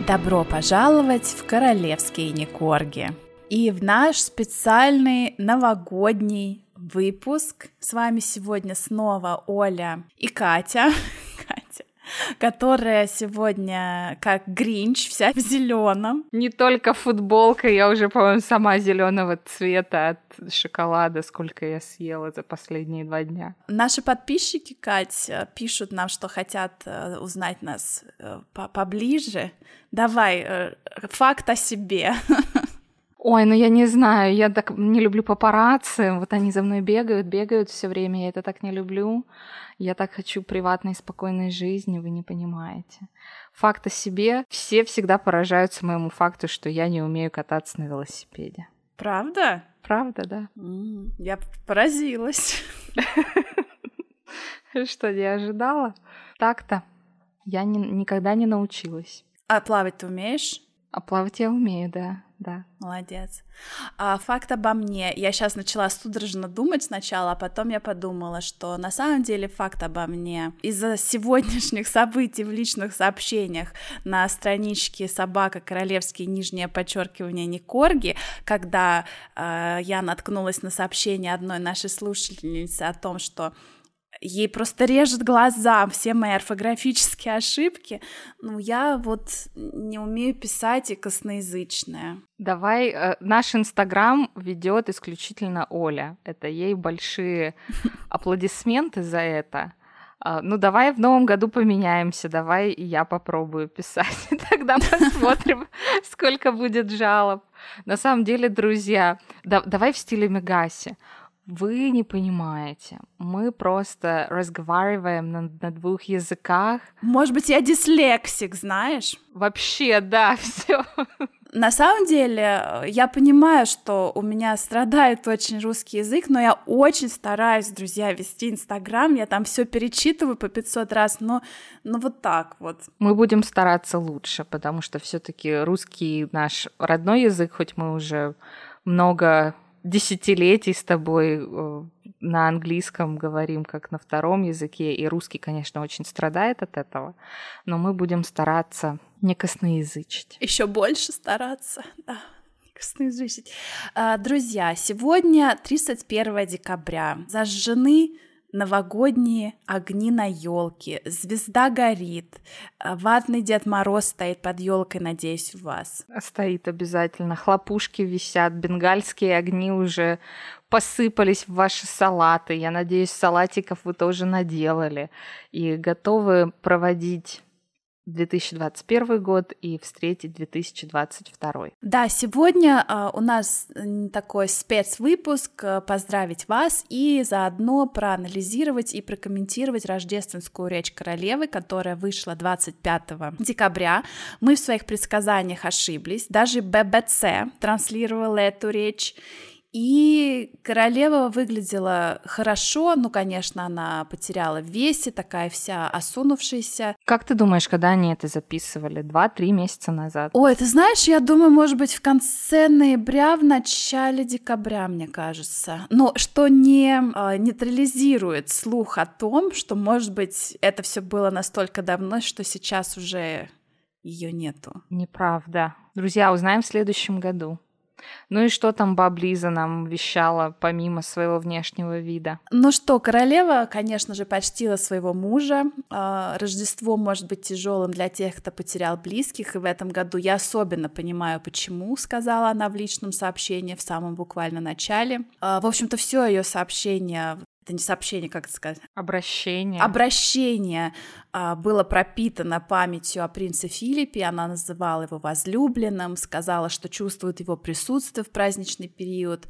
Добро пожаловать в королевские Никорги и в наш специальный новогодний выпуск. С вами сегодня снова Оля и Катя, которая сегодня как Гринч, вся в зеленом. Не только футболка, я уже, по-моему, сама зеленого цвета от шоколада, сколько я съела за последние 2 дня. Наши подписчики, Кать, пишут нам, что хотят узнать нас поближе. Давай, факт о себе. Ой, ну я не знаю, я так не люблю папарацци, вот они за мной бегают все время, я это так не люблю. Я так хочу приватной, спокойной жизни, вы не понимаете. Факт о себе. Все всегда поражаются моему факту, что я не умею кататься на велосипеде. Правда? Правда, да. Я поразилась. Что, не ожидала? Так-то. Я никогда не научилась. А плавать ты умеешь? А плавать я умею, да. Молодец. Факт обо мне. Я сейчас начала судорожно думать сначала, а потом я подумала, что на самом деле факт обо мне из-за сегодняшних событий в личных сообщениях на страничке собака королевские _, Никорги, когда я наткнулась на сообщение одной нашей слушательницы о том, что ей просто режет глаза все мои орфографические ошибки. Я вот не умею писать и косноязычная. Давай, наш Инстаграм ведет исключительно Оля. Это ей большие аплодисменты за это. Давай в новом году поменяемся, давай и я попробую писать. Тогда посмотрим, сколько будет жалоб. На самом деле, друзья, давай в стиле Мегаси. Вы не понимаете, мы просто разговариваем на 2 языках. Может быть, я дислексик, знаешь? Вообще, да, все. На самом деле, я понимаю, что у меня страдает очень русский язык, но я очень стараюсь, друзья, вести Инстаграм, я там все перечитываю по 500 раз, но вот так вот. Мы будем стараться лучше, потому что все-таки русский наш родной язык, хоть мы уже много десятилетий с тобой на английском говорим как на 2 языке, и русский, конечно, очень страдает от этого, но мы будем стараться не косноязычить. Еще больше стараться, да, не косноязычить. Друзья, сегодня 31 декабря, зажжены новогодние огни на елке, звезда горит, ватный Дед Мороз стоит под елкой, надеюсь, у вас. Стоит обязательно, хлопушки висят, бенгальские огни уже посыпались в ваши салаты. Я надеюсь, салатиков вы тоже наделали и готовы проводить 2021 год и встретить 2022. Да, сегодня у нас такой спецвыпуск поздравить вас и заодно проанализировать и прокомментировать рождественскую речь королевы, которая вышла 25 декабря. Мы в своих предсказаниях ошиблись, даже BBC транслировала эту речь. И королева выглядела хорошо, конечно, она потеряла в весе, такая вся осунувшаяся. Как ты думаешь, когда они это записывали? 2-3 месяца назад? Ой, ты знаешь, я думаю, может быть, в конце ноября, в начале декабря, мне кажется. Но что не нейтрализирует слух о том, что, может быть, это все было настолько давно, что сейчас уже ее нету. Неправда. Друзья, узнаем в следующем году. Ну и что там Лиза нам вещала помимо своего внешнего вида? Ну что, королева, конечно же, почтила своего мужа. Рождество может быть тяжелым для тех, кто потерял близких, и в этом году я особенно понимаю, почему, сказала она в личном сообщении в самом буквально начале. В общем-то, все ее сообщение, это не сообщение, как это сказать? Обращение было пропитано памятью о принце Филиппе, она называла его возлюбленным, сказала, что чувствует его присутствие в праздничный период.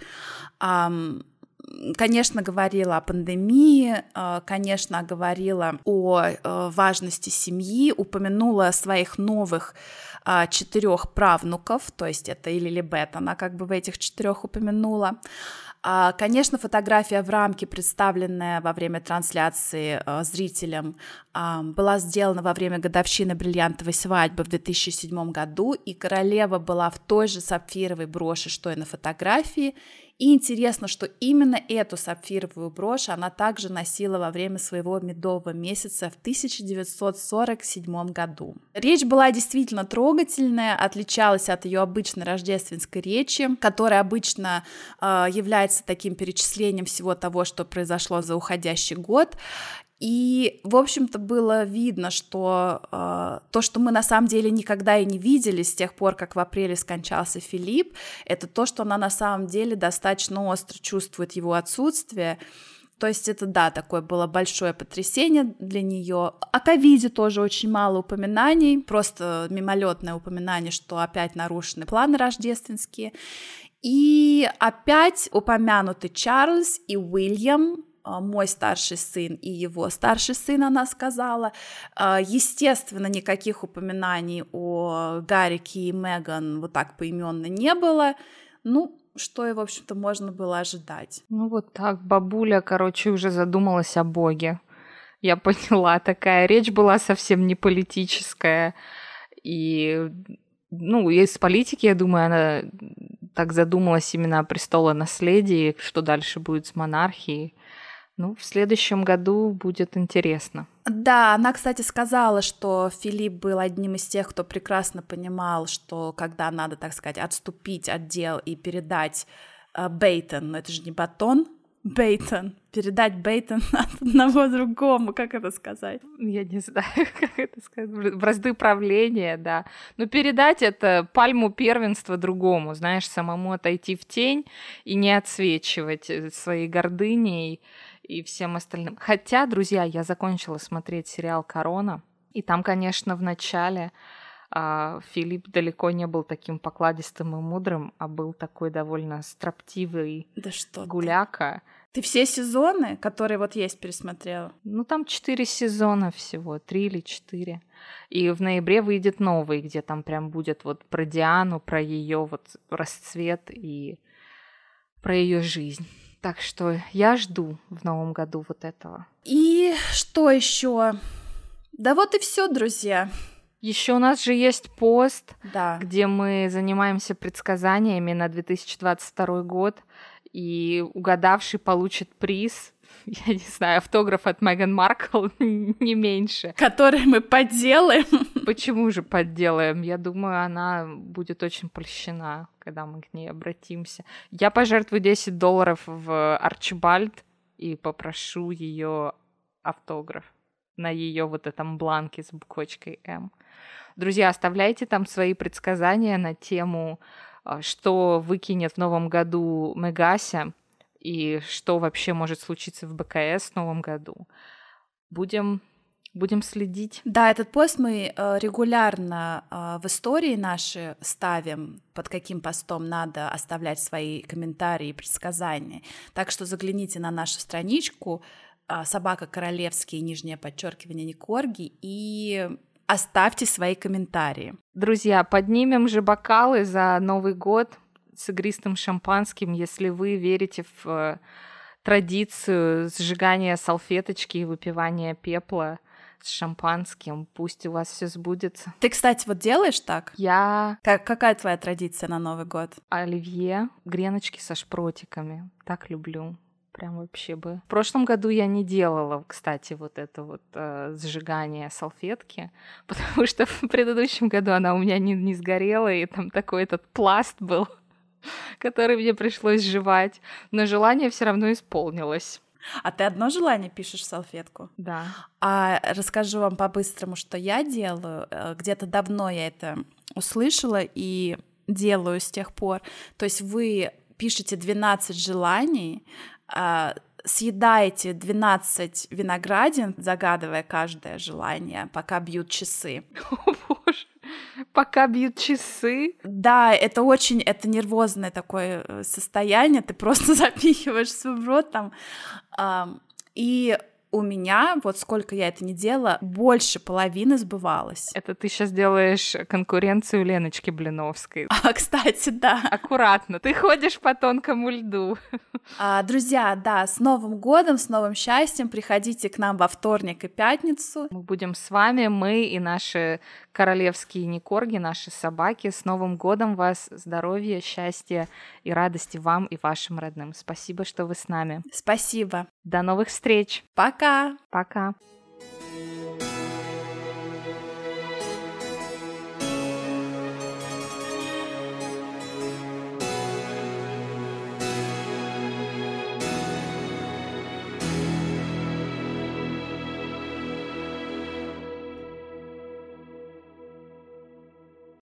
Конечно, говорила о пандемии, конечно, говорила о важности семьи, упомянула своих новых 4 правнуков, то есть это и Лилибет, она как бы в этих 4 упомянула. Конечно, фотография в рамке, представленная во время трансляции зрителям, была сделана во время годовщины бриллиантовой свадьбы в 2007 году, и королева была в той же сапфировой броши, что и на фотографии, И интересно, что именно эту сапфировую брошь она также носила во время своего медового месяца в 1947 году. Речь была действительно трогательная, отличалась от ее обычной рождественской речи, которая обычно является таким перечислением всего того, что произошло за уходящий год. И, в общем-то, было видно, что то, что мы на самом деле никогда и не видели с тех пор, как в апреле скончался Филипп, это то, что она на самом деле достаточно остро чувствует его отсутствие. То есть это, да, такое было большое потрясение для нее. О ковиде тоже очень мало упоминаний, просто мимолетное упоминание, что опять нарушены планы рождественские. И опять упомянуты Чарльз и Уильям, мой старший сын и его старший сын, она сказала. Естественно, никаких упоминаний о Гаррике и Меган вот так поименно не было. Ну, что и, в общем-то, можно было ожидать. Ну вот так, бабуля, короче, уже задумалась о Боге. Я поняла, такая речь была совсем не политическая. И, ну, из политики, я думаю, она так задумалась именно о престолонаследии, что дальше будет с монархией. Ну, в следующем году будет интересно. Да, она, кстати, сказала, что Филипп был одним из тех, кто прекрасно понимал, что когда надо, так сказать, отступить от дел и передать Бейтон, но это же не батон, Бейтон, передать Бейтон от одного другому, как это сказать? Я не знаю, как это сказать, бразды правления, да. Но передать это пальму первенства другому, знаешь, самому отойти в тень и не отсвечивать своей гордыней и всем остальным. Хотя, друзья, я закончила смотреть сериал «Корона», и там, конечно, в начале Филипп далеко не был таким покладистым и мудрым, а был такой довольно строптивый гуляка. Ты все сезоны, которые вот есть, пересмотрела? Ну, там 4 сезона всего, 3 или 4. И в ноябре выйдет новый, где там прям будет вот про Диану, про ее вот расцвет и про ее жизнь. Так что я жду в новом году вот этого. И что еще? Да вот и все, друзья. Еще у нас же есть пост, да, где мы занимаемся предсказаниями на 2022 год, и угадавший получит приз, я не знаю, автограф от Меган Маркл, не меньше. Который мы подделаем. Почему же подделаем? Я думаю, она будет очень польщена, когда мы к ней обратимся. Я пожертвую $10 в Арчибальд и попрошу ее автограф на ее вот этом бланке с буквочкой М. Друзья, оставляйте там свои предсказания на тему, что выкинет в новом году Мегася и что вообще может случиться в БКС в новом году. Будем следить. Да, этот пост мы регулярно в истории наши ставим, под каким постом надо оставлять свои комментарии и предсказания. Так что загляните на нашу страничку «Собака Королевский», _, Никорги, и оставьте свои комментарии. Друзья, поднимем же бокалы за Новый год с игристым шампанским, если вы верите в традицию сжигания салфеточки и выпивания пепла с шампанским. Пусть у вас все сбудется. Ты, кстати, вот делаешь так? Я... Какая твоя традиция на Новый год? Оливье, греночки со шпротиками. Так люблю. Прям вообще бы. В прошлом году я не делала, кстати, вот это вот сжигание салфетки, потому что в предыдущем году она у меня не сгорела, и там такой этот пласт был, который мне пришлось жевать. Но желание все равно исполнилось. А ты одно желание пишешь в салфетку? Да. А расскажу вам по-быстрому, что я делаю. Где-то давно я это услышала и делаю с тех пор. То есть вы пишете 12 желаний, съедаете 12 виноградин, загадывая каждое желание, пока бьют часы. О, боже, пока бьют часы? Да, это нервозное такое состояние, ты просто запихиваешь в свой рот там, и у меня, вот сколько я это не делала, больше половины сбывалось. Это ты сейчас делаешь конкуренцию Леночки Блиновской. Кстати, да. Аккуратно, ты ходишь по тонкому льду. Друзья, да, с Новым годом, с новым счастьем, приходите к нам во вторник и пятницу. Мы будем с вами, мы и наши королевские никорги, наши собаки. С Новым годом вас, здоровья, счастья и радости вам и вашим родным. Спасибо, что вы с нами. Спасибо. До новых встреч. Пока. Пока.